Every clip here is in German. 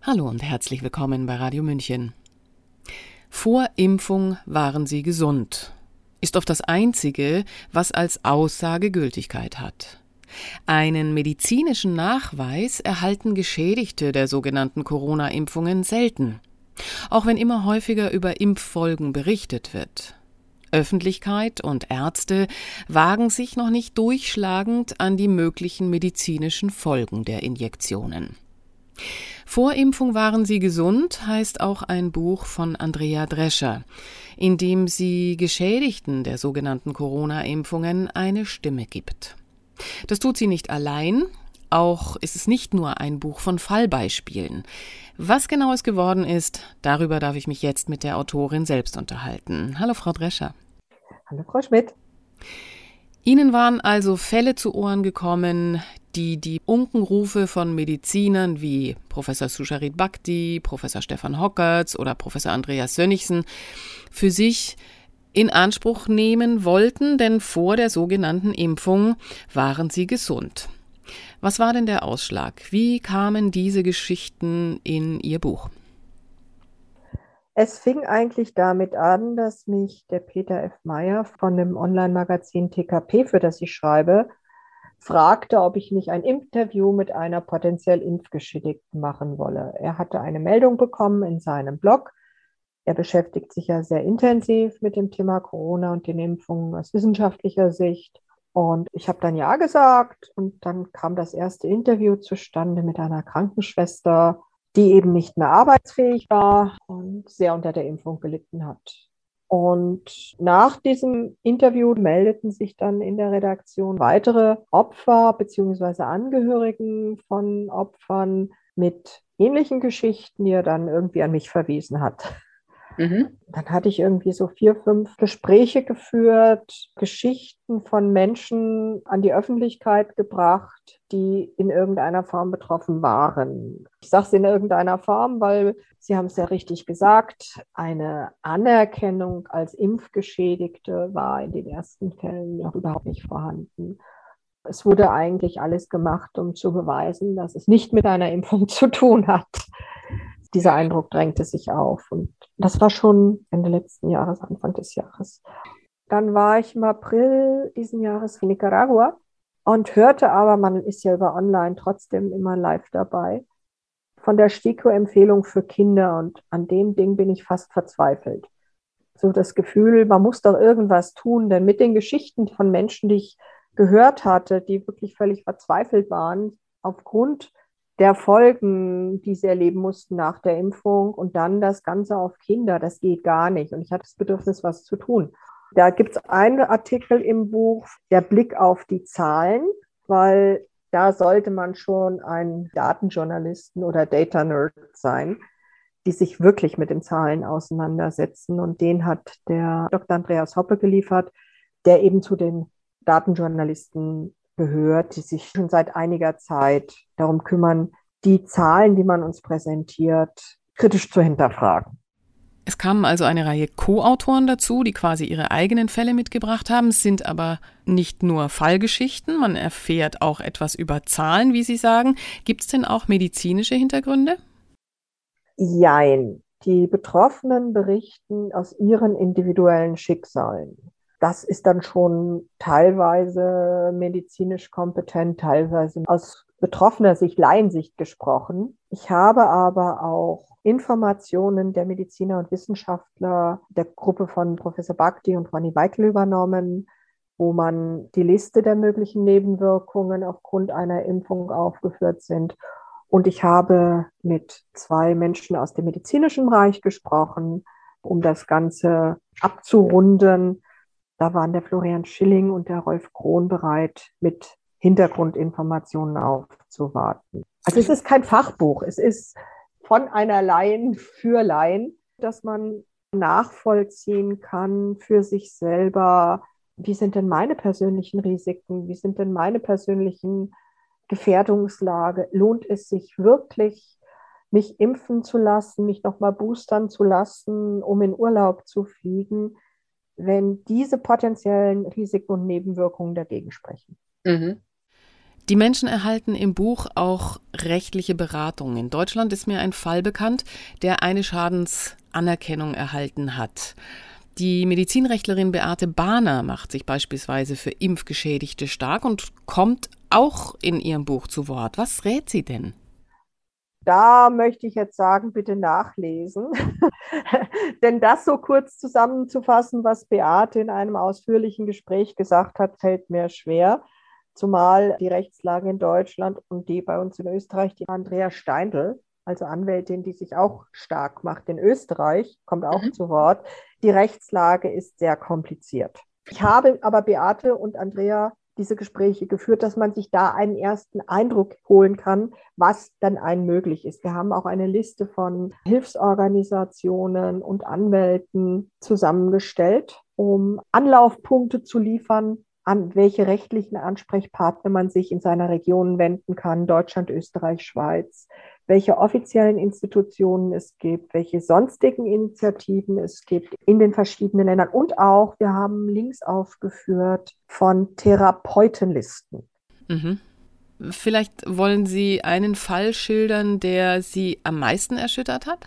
Hallo und herzlich willkommen bei Radio München. Vor Impfung waren sie gesund. Ist oft das Einzige, was als Aussage Gültigkeit hat. Einen medizinischen Nachweis erhalten Geschädigte der sogenannten Corona-Impfungen selten. Auch wenn immer häufiger über Impffolgen berichtet wird. Öffentlichkeit und Ärzte wagen sich noch nicht durchschlagend an die möglichen medizinischen Folgen der Injektionen. Vor Impfung waren sie gesund heißt auch ein Buch von Andrea Drescher, in dem sie Geschädigten der sogenannten Corona-Impfungen eine Stimme gibt. Das tut sie nicht allein, auch ist es nicht nur ein Buch von Fallbeispielen. Was genau es geworden ist, darüber darf ich mich jetzt mit der Autorin selbst unterhalten. Hallo Frau Drescher. Hallo Frau Schmidt. Ihnen waren also Fälle zu Ohren gekommen, die Unkenrufe von Medizinern wie Professor Susharit Bhakdi, Professor Stefan Hockertz oder Professor Andreas Sönnigsen für sich in Anspruch nehmen wollten, denn vor der sogenannten Impfung waren sie gesund. Was war denn der Ausschlag? Wie kamen diese Geschichten in Ihr Buch? Es fing eigentlich damit an, dass mich der Peter F. Meyer von dem Online-Magazin TKP, für das ich schreibe, fragte, ob ich nicht ein Interview mit einer potenziell Impfgeschädigten machen wolle. Er hatte eine Meldung bekommen in seinem Blog. Er beschäftigt sich ja sehr intensiv mit dem Thema Corona und den Impfungen aus wissenschaftlicher Sicht. Und ich habe dann ja gesagt und dann kam das erste Interview zustande mit einer Krankenschwester, die eben nicht mehr arbeitsfähig war und sehr unter der Impfung gelitten hat. Und nach diesem Interview meldeten sich dann in der Redaktion weitere Opfer bzw. Angehörigen von Opfern mit ähnlichen Geschichten, die er dann irgendwie an mich verwiesen hat. Dann hatte ich irgendwie so 4, 5 Gespräche geführt, Geschichten von Menschen an die Öffentlichkeit gebracht, die in irgendeiner Form betroffen waren. Ich sage es in irgendeiner Form, weil Sie haben es ja richtig gesagt, eine Anerkennung als Impfgeschädigte war in den ersten Fällen noch überhaupt nicht vorhanden. Es wurde eigentlich alles gemacht, um zu beweisen, dass es nicht mit einer Impfung zu tun hat. Dieser Eindruck drängte sich auf. Und das war schon Ende letzten Jahres, Anfang des Jahres. Dann war ich im April diesen Jahres in Nicaragua und hörte aber, man ist ja über online trotzdem immer live dabei, von der STIKO-Empfehlung für Kinder. Und an dem Ding bin ich fast verzweifelt. So das Gefühl, man muss doch irgendwas tun, denn mit den Geschichten von Menschen, die ich gehört hatte, die wirklich völlig verzweifelt waren, aufgrund der Folgen, die sie erleben mussten nach der Impfung und dann das Ganze auf Kinder, das geht gar nicht. Und ich hatte das Bedürfnis, was zu tun. Da gibt es einen Artikel im Buch, der Blick auf die Zahlen, weil da sollte man schon ein Datenjournalisten oder Data Nerd sein, die sich wirklich mit den Zahlen auseinandersetzen. Und den hat der Dr. Andreas Hoppe geliefert, der eben zu den Datenjournalisten gehört, die sich schon seit einiger Zeit darum kümmern, die Zahlen, die man uns präsentiert, kritisch zu hinterfragen. Es kamen also eine Reihe Co-Autoren dazu, die quasi ihre eigenen Fälle mitgebracht haben. Es sind aber nicht nur Fallgeschichten, man erfährt auch etwas über Zahlen, wie Sie sagen. Gibt es denn auch medizinische Hintergründe? Jein. Die Betroffenen berichten aus ihren individuellen Schicksalen. Das ist dann schon teilweise medizinisch kompetent, teilweise aus betroffener Sicht, Laiensicht gesprochen. Ich habe aber auch Informationen der Mediziner und Wissenschaftler der Gruppe von Professor Bhakdi und Ronny Weikel übernommen, wo man die Liste der möglichen Nebenwirkungen aufgrund einer Impfung aufgeführt sind. Und ich habe mit 2 Menschen aus dem medizinischen Bereich gesprochen, um das Ganze abzurunden. Da waren der Florian Schilling und der Rolf Krohn bereit, mit Hintergrundinformationen aufzuwarten. Also es ist kein Fachbuch, es ist von einer Laien für Laien, dass man nachvollziehen kann für sich selber, wie sind denn meine persönlichen Risiken, wie sind denn meine persönlichen Gefährdungslage, lohnt es sich wirklich, mich impfen zu lassen, mich nochmal boostern zu lassen, um in Urlaub zu fliegen, wenn diese potenziellen Risiken und Nebenwirkungen dagegen sprechen. Mhm. Die Menschen erhalten im Buch auch rechtliche Beratung. In Deutschland ist mir ein Fall bekannt, der eine Schadensanerkennung erhalten hat. Die Medizinrechtlerin Beate Bahner macht sich beispielsweise für Impfgeschädigte stark und kommt auch in ihrem Buch zu Wort. Was rät sie denn? Da möchte ich jetzt sagen, bitte nachlesen. Denn das so kurz zusammenzufassen, was Beate in einem ausführlichen Gespräch gesagt hat, fällt mir schwer. Zumal die Rechtslage in Deutschland und die bei uns in Österreich, die Andrea Steindl, also Anwältin, die sich auch stark macht in Österreich, kommt auch zu Wort. Die Rechtslage ist sehr kompliziert. Ich habe aber Beate und Andrea diese Gespräche geführt, dass man sich da einen ersten Eindruck holen kann, was dann einem möglich ist. Wir haben auch eine Liste von Hilfsorganisationen und Anwälten zusammengestellt, um Anlaufpunkte zu liefern, an welche rechtlichen Ansprechpartner man sich in seiner Region wenden kann, Deutschland, Österreich, Schweiz, welche offiziellen Institutionen es gibt, welche sonstigen Initiativen es gibt in den verschiedenen Ländern. Und auch, wir haben Links aufgeführt von Therapeutenlisten. Mhm. Vielleicht wollen Sie einen Fall schildern, der Sie am meisten erschüttert hat?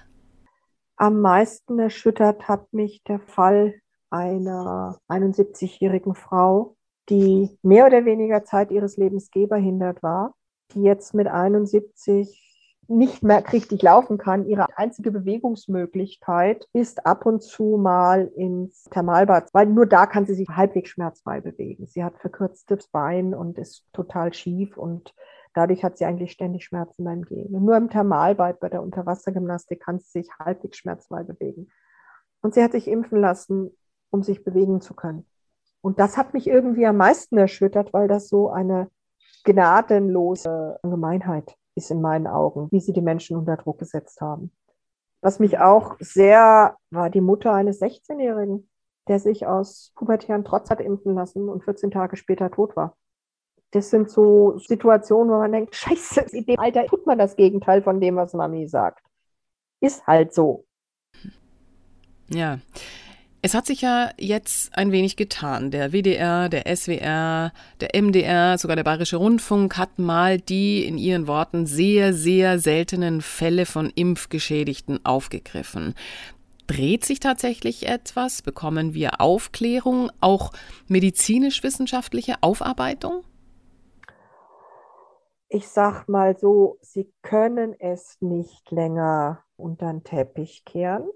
Am meisten erschüttert hat mich der Fall einer 71-jährigen Frau, die mehr oder weniger Zeit ihres Lebens gehbehindert war, die jetzt mit 71 nicht mehr richtig laufen kann. Ihre einzige Bewegungsmöglichkeit ist ab und zu mal ins Thermalbad, weil nur da kann sie sich halbwegs schmerzfrei bewegen. Sie hat verkürztes Bein und ist total schief und dadurch hat sie eigentlich ständig Schmerzen beim Gehen. Und nur im Thermalbad bei der Unterwassergymnastik kann sie sich halbwegs schmerzfrei bewegen. Und sie hat sich impfen lassen, um sich bewegen zu können. Und das hat mich irgendwie am meisten erschüttert, weil das so eine gnadenlose Gemeinheit ist in meinen Augen, wie sie die Menschen unter Druck gesetzt haben. Was mich auch sehr, war die Mutter eines 16-Jährigen, der sich aus pubertären Trotz hat impfen lassen und 14 Tage später tot war. Das sind so Situationen, wo man denkt, scheiße, in dem Alter tut man das Gegenteil von dem, was Mami sagt. Ist halt so. Ja. Es hat sich ja jetzt ein wenig getan. Der WDR, der SWR, der MDR, sogar der Bayerische Rundfunk hat mal die in ihren Worten sehr, sehr seltenen Fälle von Impfgeschädigten aufgegriffen. Dreht sich tatsächlich etwas? Bekommen wir Aufklärung, auch medizinisch-wissenschaftliche Aufarbeitung? Ich sag mal so, sie können es nicht länger unter den Teppich kehren,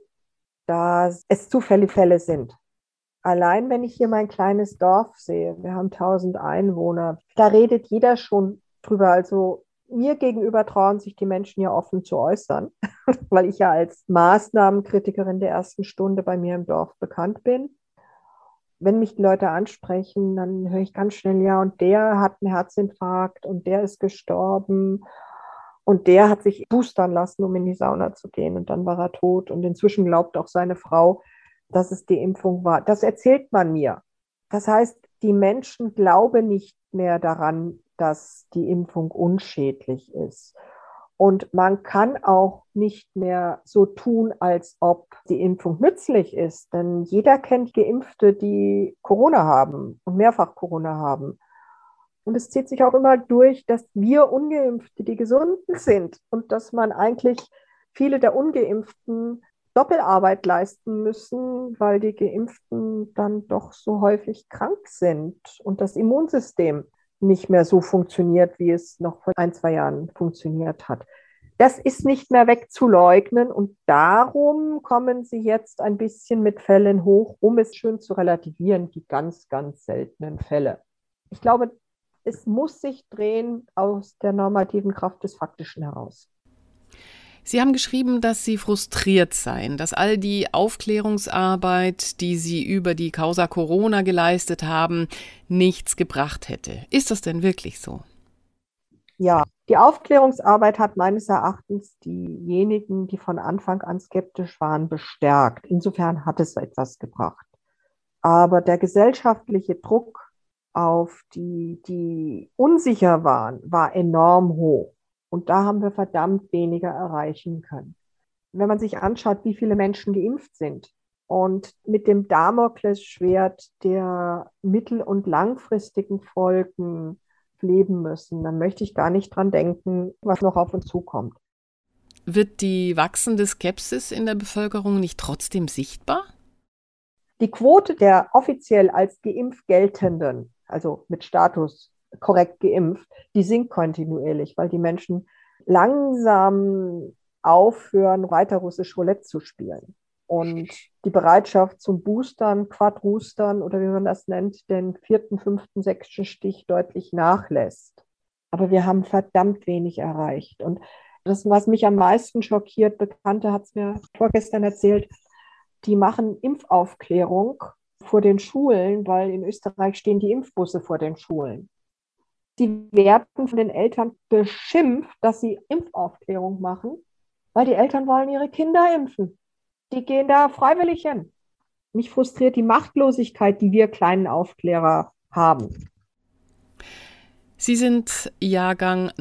da es zu viele Fälle sind. Allein wenn ich hier mein kleines Dorf sehe, wir haben 1000 Einwohner, da redet jeder schon drüber. Also mir gegenüber trauen sich die Menschen ja offen zu äußern, weil ich ja als Maßnahmenkritikerin der ersten Stunde bei mir im Dorf bekannt bin. Wenn mich die Leute ansprechen, dann höre ich ganz schnell, ja, und der hat einen Herzinfarkt und der ist gestorben und der hat sich boostern lassen, um in die Sauna zu gehen und dann war er tot und inzwischen glaubt auch seine Frau, dass es die Impfung war. Das erzählt man mir. Das heißt, die Menschen glauben nicht mehr daran, dass die Impfung unschädlich ist. Und man kann auch nicht mehr so tun, als ob die Impfung nützlich ist. Denn jeder kennt Geimpfte, die Corona haben und mehrfach Corona haben. Und es zieht sich auch immer durch, dass wir Ungeimpfte die Gesunden sind und dass man eigentlich viele der Ungeimpften Doppelarbeit leisten müssen, weil die Geimpften dann doch so häufig krank sind und das Immunsystem nicht mehr so funktioniert, wie es noch vor 1, 2 Jahren funktioniert hat. Das ist nicht mehr wegzuleugnen und darum kommen sie jetzt ein bisschen mit Fällen hoch, um es schön zu relativieren, die ganz, ganz seltenen Fälle. Ich glaube, es muss sich drehen aus der normativen Kraft des Faktischen heraus. Sie haben geschrieben, dass Sie frustriert seien, dass all die Aufklärungsarbeit, die Sie über die Causa Corona geleistet haben, nichts gebracht hätte. Ist das denn wirklich so? Ja, die Aufklärungsarbeit hat meines Erachtens diejenigen, die von Anfang an skeptisch waren, bestärkt. Insofern hat es etwas gebracht. Aber der gesellschaftliche Druck auf die, die unsicher waren, war enorm hoch. Und da haben wir verdammt weniger erreichen können. Wenn man sich anschaut, wie viele Menschen geimpft sind und mit dem Damoklesschwert der mittel- und langfristigen Folgen leben müssen, dann möchte ich gar nicht dran denken, was noch auf uns zukommt. Wird die wachsende Skepsis in der Bevölkerung nicht trotzdem sichtbar? Die Quote der offiziell als geimpft geltenden, also mit Status korrekt geimpft, die sinkt kontinuierlich, weil die Menschen langsam aufhören, weiter russisch Roulette zu spielen. Und die Bereitschaft zum Boostern, Quadroostern oder wie man das nennt, den 4., 5., 6. Stich deutlich nachlässt. Aber wir haben verdammt wenig erreicht. Und das, was mich am meisten schockiert, Bekannte hat es mir vorgestern erzählt, die machen Impfaufklärung vor den Schulen, weil in Österreich stehen die Impfbusse vor den Schulen. Die werden von den Eltern beschimpft, dass sie Impfaufklärung machen, weil die Eltern wollen ihre Kinder impfen. Die gehen da freiwillig hin. Mich frustriert die Machtlosigkeit, die wir kleinen Aufklärer haben. Sie sind Jahrgang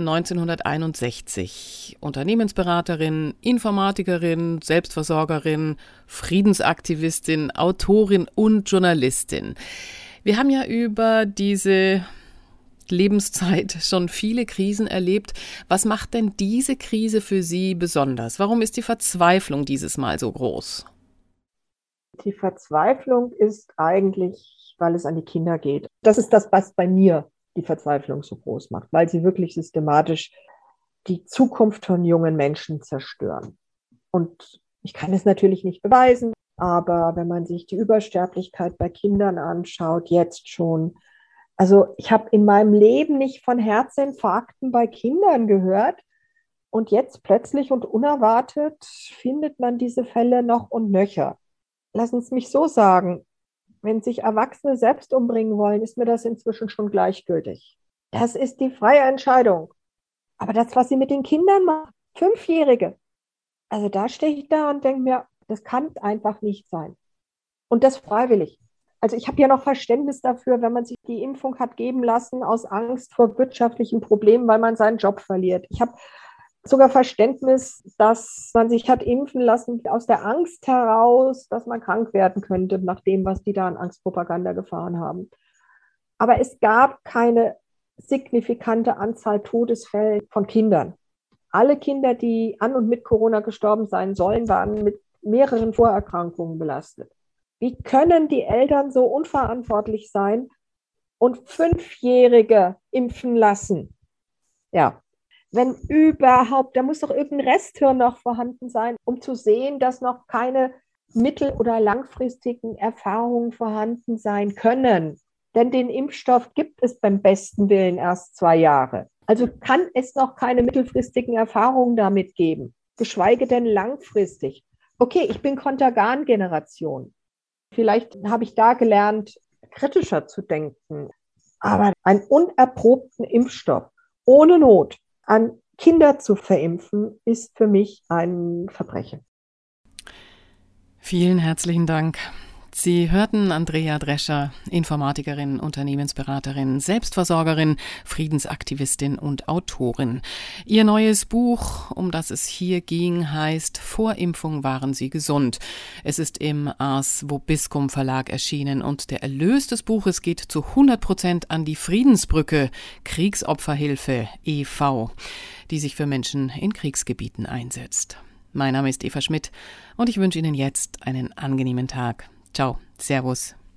1961, Unternehmensberaterin, Informatikerin, Selbstversorgerin, Friedensaktivistin, Autorin und Journalistin. Wir haben ja über diese Lebenszeit schon viele Krisen erlebt. Was macht denn diese Krise für Sie besonders? Warum ist die Verzweiflung dieses Mal so groß? Die Verzweiflung ist eigentlich, weil es an die Kinder geht. Das ist das, was bei mir die Verzweiflung so groß macht, weil sie wirklich systematisch die Zukunft von jungen Menschen zerstören. Und ich kann es natürlich nicht beweisen, aber wenn man sich die Übersterblichkeit bei Kindern anschaut, jetzt schon, also ich habe in meinem Leben nicht von Herzinfarkten bei Kindern gehört und jetzt plötzlich und unerwartet findet man diese Fälle noch und nöcher. Lassen Sie mich so sagen, wenn sich Erwachsene selbst umbringen wollen, ist mir das inzwischen schon gleichgültig. Das ist die freie Entscheidung. Aber das, was sie mit den Kindern machen, 5-Jährige, also da stehe ich da und denke mir, das kann einfach nicht sein. Und das freiwillig. Also ich habe ja noch Verständnis dafür, wenn man sich die Impfung hat geben lassen aus Angst vor wirtschaftlichen Problemen, weil man seinen Job verliert. Ich habe sogar Verständnis, dass man sich hat impfen lassen aus der Angst heraus, dass man krank werden könnte, nach dem, was die da an Angstpropaganda gefahren haben. Aber es gab keine signifikante Anzahl Todesfälle von Kindern. Alle Kinder, die an und mit Corona gestorben sein sollen, waren mit mehreren Vorerkrankungen belastet. Wie können die Eltern so unverantwortlich sein und 5-Jährige impfen lassen? Ja. Wenn überhaupt, da muss doch irgendein Resthirn noch vorhanden sein, um zu sehen, dass noch keine mittel- oder langfristigen Erfahrungen vorhanden sein können. Denn den Impfstoff gibt es beim besten Willen erst 2 Jahre. Also kann es noch keine mittelfristigen Erfahrungen damit geben, geschweige denn langfristig. Okay, ich bin Kontergan-Generation. Vielleicht habe ich da gelernt, kritischer zu denken. Aber einen unerprobten Impfstoff ohne Not an Kinder zu verimpfen, ist für mich ein Verbrechen. Vielen herzlichen Dank. Sie hörten Andrea Drescher, Informatikerin, Unternehmensberaterin, Selbstversorgerin, Friedensaktivistin und Autorin. Ihr neues Buch, um das es hier ging, heißt Vor Impfung waren Sie gesund. Es ist im Ars Vobiscum Verlag erschienen und der Erlös des Buches geht zu 100% an die Friedensbrücke Kriegsopferhilfe e.V., die sich für Menschen in Kriegsgebieten einsetzt. Mein Name ist Eva Schmidt und ich wünsche Ihnen jetzt einen angenehmen Tag. Ciao, Servus.